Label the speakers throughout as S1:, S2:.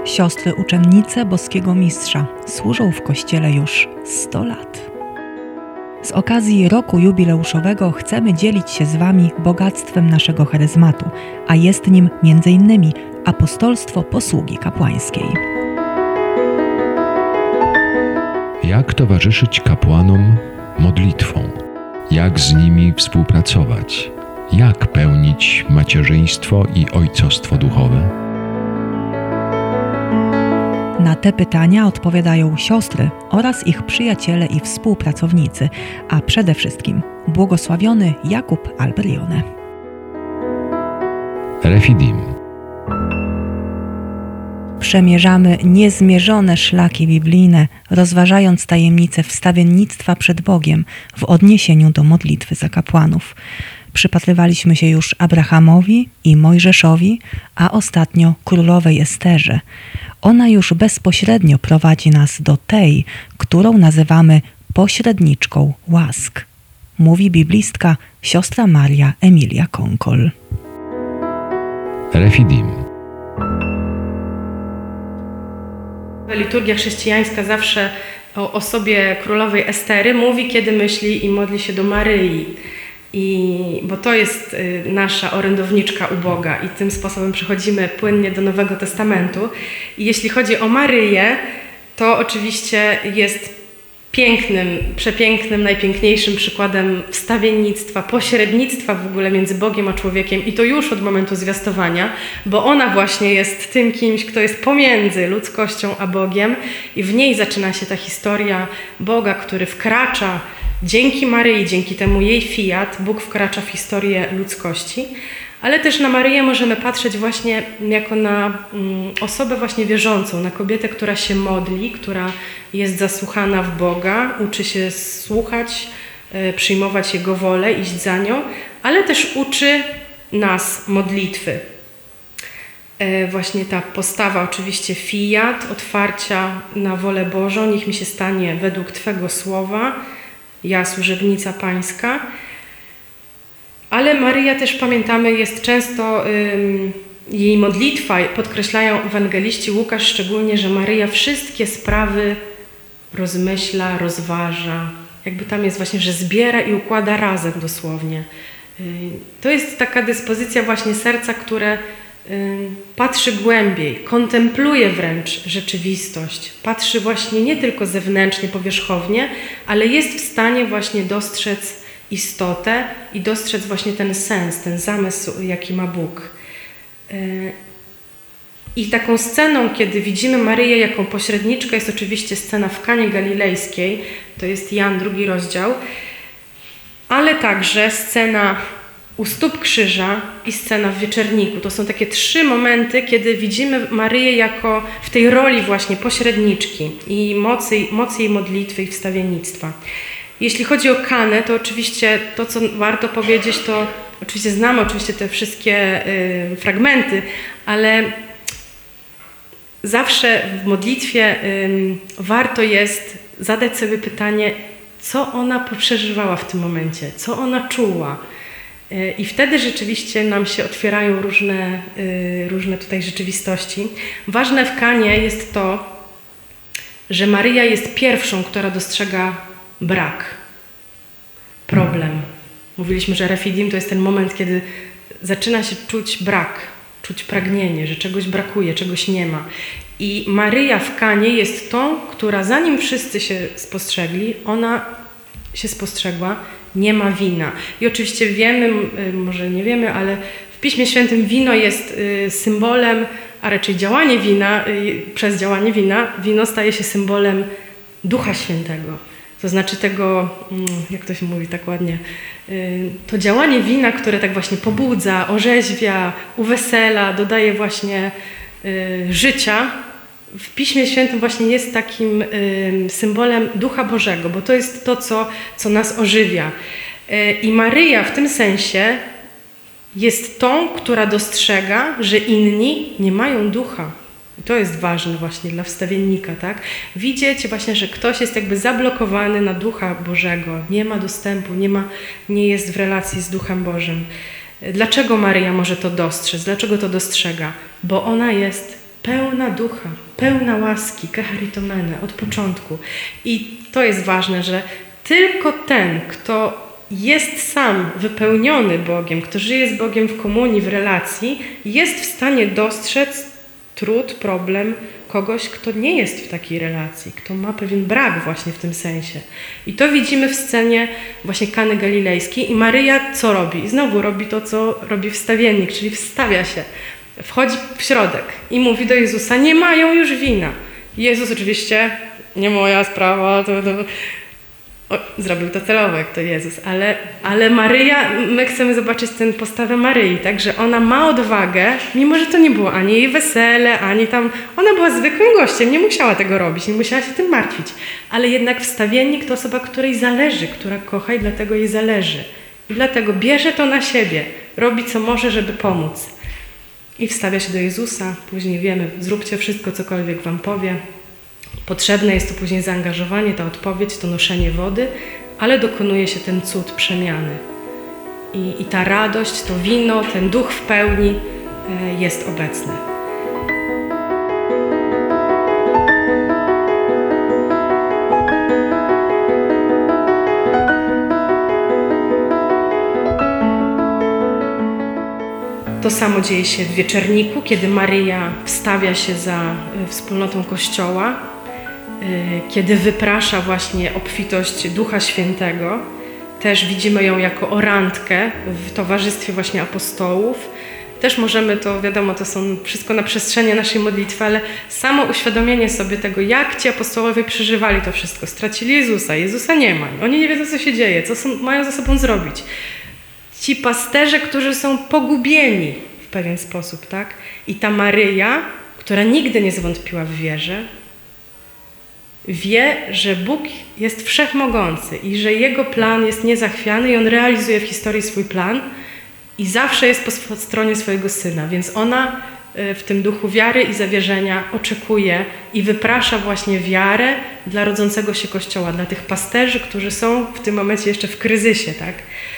S1: Siostry uczennice boskiego mistrza służą w kościele już 100 lat. Z okazji roku jubileuszowego chcemy dzielić się z Wami bogactwem naszego charyzmatu, a jest nim m.in. apostolstwo posługi kapłańskiej.
S2: Jak towarzyszyć kapłanom modlitwą? Jak z nimi współpracować? Jak pełnić macierzyństwo i ojcostwo duchowe?
S1: Na te pytania odpowiadają siostry oraz ich przyjaciele i współpracownicy, a przede wszystkim błogosławiony Jakub Alberione.
S2: Refidim.
S1: Przemierzamy niezmierzone szlaki biblijne, rozważając tajemnice wstawiennictwa przed Bogiem w odniesieniu do modlitwy za kapłanów. Przypatrywaliśmy się już Abrahamowi i Mojżeszowi, a ostatnio królowej Esterze. Ona już bezpośrednio prowadzi nas do tej, którą nazywamy pośredniczką łask. Mówi biblistka siostra Maria Emilia Konkol.
S2: Refidim.
S3: Liturgia chrześcijańska zawsze o osobie królowej Estery mówi, kiedy myśli i modli się do Maryi. Bo to jest nasza orędowniczka u Boga i tym sposobem przechodzimy płynnie do Nowego Testamentu. I jeśli chodzi o Maryję, to oczywiście jest przepięknym, najpiękniejszym przykładem wstawiennictwa, pośrednictwa w ogóle między Bogiem a człowiekiem i to już od momentu zwiastowania, bo ona właśnie jest tym kimś, kto jest pomiędzy ludzkością a Bogiem i w niej zaczyna się ta historia Boga, który wkracza dzięki Maryi, dzięki temu jej fiat, Bóg wkracza w historię ludzkości, ale też na Maryję możemy patrzeć właśnie jako na osobę właśnie wierzącą, na kobietę, która się modli, która jest zasłuchana w Boga, uczy się słuchać, przyjmować Jego wolę, iść za nią, ale też uczy nas modlitwy. Właśnie ta postawa oczywiście fiat, otwarcia na wolę Bożą, niech mi się stanie według Twego słowa, ja służebnica Pańska. Ale Maryja też pamiętamy, jest często jej modlitwa, podkreślają ewangeliści, Łukasz szczególnie, że Maryja wszystkie sprawy rozmyśla, rozważa. Jakby tam jest właśnie, że zbiera i układa razem dosłownie. To jest taka dyspozycja właśnie serca, które patrzy głębiej, kontempluje wręcz rzeczywistość. Patrzy właśnie nie tylko zewnętrznie, powierzchownie, ale jest w stanie właśnie dostrzec istotę i dostrzec właśnie ten sens, ten zamysł, jaki ma Bóg. I taką sceną, kiedy widzimy Maryję jako pośredniczkę, jest oczywiście scena w Kanie Galilejskiej, to jest Jan 2 rozdział, ale także scena u stóp krzyża i scena w wieczerniku. To są takie 3 momenty, kiedy widzimy Maryję jako w tej roli właśnie pośredniczki i mocy jej modlitwy i wstawiennictwa. Jeśli chodzi o Kanę, to oczywiście to, co warto powiedzieć, to oczywiście znamy te wszystkie fragmenty, ale zawsze w modlitwie warto jest zadać sobie pytanie, co ona przeżywała w tym momencie, co ona czuła. I wtedy rzeczywiście nam się otwierają różne tutaj rzeczywistości. Ważne w Kanie jest to, że Maryja jest pierwszą, która dostrzega brak, problem. Mówiliśmy, że refidim to jest ten moment, kiedy zaczyna się czuć brak, czuć pragnienie, że czegoś brakuje, czegoś nie ma. I Maryja w Kanie jest tą, która zanim wszyscy się spostrzegli, ona się spostrzegła, nie ma wina. I oczywiście wiemy, może nie wiemy, ale w Piśmie Świętym wino jest symbolem, a raczej działanie wina, przez działanie wina, wino staje się symbolem Ducha Świętego. To znaczy tego, jak to się mówi tak ładnie, to działanie wina, które tak właśnie pobudza, orzeźwia, uwesela, dodaje właśnie życia, w Piśmie Świętym właśnie jest takim symbolem Ducha Bożego, bo to jest to, co nas ożywia. I Maryja w tym sensie jest tą, która dostrzega, że inni nie mają ducha. I to jest ważne właśnie dla wstawiennika, tak? Widzieć właśnie, że ktoś jest jakby zablokowany na Ducha Bożego, nie ma dostępu, nie jest w relacji z Duchem Bożym. Dlaczego Maryja może to dostrzec? Dlaczego to dostrzega? Bo ona jest pełna ducha, pełna łaski, kecharitomene, od początku. I to jest ważne, że tylko ten, kto jest sam wypełniony Bogiem, kto żyje z Bogiem w komunii, w relacji, jest w stanie dostrzec trud, problem kogoś, kto nie jest w takiej relacji, kto ma pewien brak właśnie w tym sensie. I to widzimy w scenie właśnie Kany Galilejskiej i Maryja co robi? I znowu robi to, co robi wstawiennik, czyli wstawia się, wchodzi w środek i mówi do Jezusa, nie mają już wina. Jezus oczywiście, nie moja sprawa, zrobił to celowo, jak to Jezus, ale Maryja, my chcemy zobaczyć tę postawę Maryi, tak, że ona ma odwagę, mimo że to nie było ani jej wesele, ani tam, ona była zwykłym gościem, nie musiała tego robić, nie musiała się tym martwić, ale jednak wstawiennik to osoba, której zależy, która kocha i dlatego jej zależy. I dlatego bierze to na siebie, robi co może, żeby pomóc. I wstawia się do Jezusa, później wiemy, zróbcie wszystko, cokolwiek wam powie. Potrzebne jest to później zaangażowanie, ta odpowiedź, to noszenie wody, ale dokonuje się ten cud przemiany. I ta radość, to wino, ten duch w pełni jest obecny. To samo dzieje się w wieczerniku, kiedy Maryja wstawia się za wspólnotą Kościoła, kiedy wyprasza właśnie obfitość Ducha Świętego. Też widzimy ją jako orantkę w towarzystwie właśnie apostołów. Też możemy to, wiadomo, to są wszystko na przestrzeni naszej modlitwy, ale samo uświadomienie sobie tego, jak ci apostołowie przeżywali to wszystko. Stracili Jezusa nie ma. Oni nie wiedzą, co się dzieje, mają ze sobą zrobić. Ci pasterze, którzy są pogubieni w pewien sposób, tak? I ta Maryja, która nigdy nie zwątpiła w wierze, wie, że Bóg jest wszechmogący i że Jego plan jest niezachwiany i On realizuje w historii swój plan i zawsze jest po stronie swojego Syna. Więc ona w tym duchu wiary i zawierzenia oczekuje i wyprasza właśnie wiarę dla rodzącego się Kościoła, dla tych pasterzy, którzy są w tym momencie jeszcze w kryzysie, tak?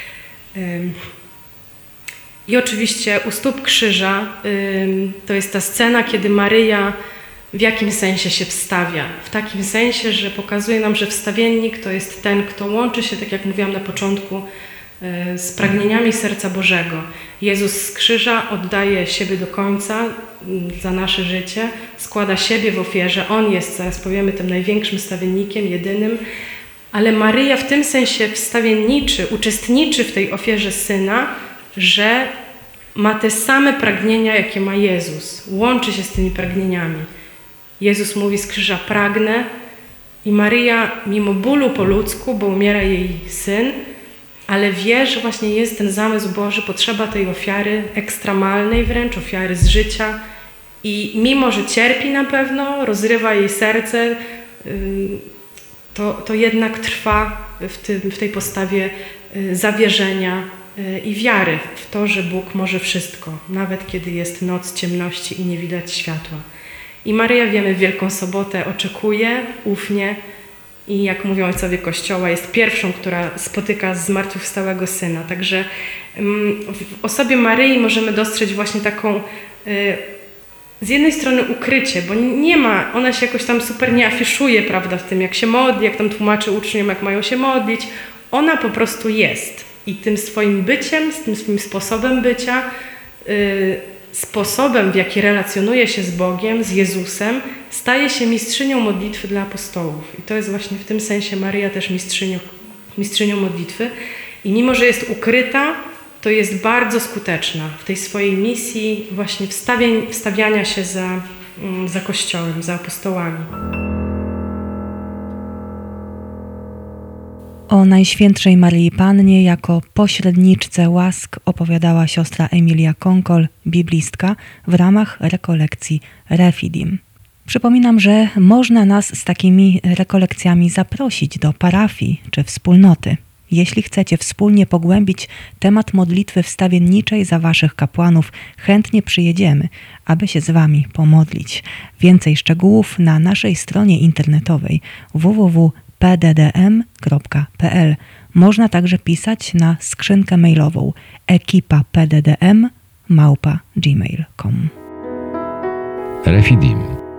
S3: I oczywiście u stóp krzyża to jest ta scena, kiedy Maryja w jakim sensie się wstawia? W takim sensie, że pokazuje nam, że wstawiennik to jest ten, kto łączy się, tak jak mówiłam na początku, z pragnieniami serca Bożego. Jezus z krzyża oddaje siebie do końca za nasze życie, składa siebie w ofierze. On jest, zaraz powiemy, tym największym wstawiennikiem, jedynym, ale Maryja w tym sensie wstawienniczy, uczestniczy w tej ofierze Syna, że ma te same pragnienia, jakie ma Jezus. Łączy się z tymi pragnieniami. Jezus mówi z krzyża, pragnę, i Maryja mimo bólu po ludzku, bo umiera jej Syn, ale wie, że właśnie jest ten zamysł Boży, potrzeba tej ofiary ekstremalnej wręcz, ofiary z życia, i mimo, że cierpi na pewno, rozrywa jej serce, to jednak trwa w tej postawie zawierzenia i wiary w to, że Bóg może wszystko, nawet kiedy jest noc ciemności i nie widać światła. I Maryja, wiemy, w Wielką Sobotę oczekuje ufnie i, jak mówią ojcowie Kościoła, jest pierwszą, która spotyka zmartwychwstałego Syna. Także w osobie Maryi możemy dostrzec właśnie taką z jednej strony ukrycie, bo nie ma, ona się jakoś tam super nie afiszuje, prawda, w tym, jak się modli, jak tam tłumaczy uczniom, jak mają się modlić. Ona po prostu jest i tym swoim byciem, z tym swoim sposobem bycia, sposobem, w jaki relacjonuje się z Bogiem, z Jezusem, staje się mistrzynią modlitwy dla apostołów. I to jest właśnie w tym sensie Maryja też mistrzynią modlitwy. I mimo, że jest ukryta, to jest bardzo skuteczna w tej swojej misji właśnie wstawiania się za Kościołem, za apostołami.
S1: O Najświętszej Maryi Pannie jako pośredniczce łask opowiadała siostra Emilia Konkol, biblistka, w ramach rekolekcji Refidim. Przypominam, że można nas z takimi rekolekcjami zaprosić do parafii czy wspólnoty. Jeśli chcecie wspólnie pogłębić temat modlitwy wstawienniczej za waszych kapłanów, chętnie przyjedziemy, aby się z wami pomodlić. Więcej szczegółów na naszej stronie internetowej www.pddm.pl. Można także pisać na skrzynkę mailową ekipapddm@gmail.com.
S2: Refidim.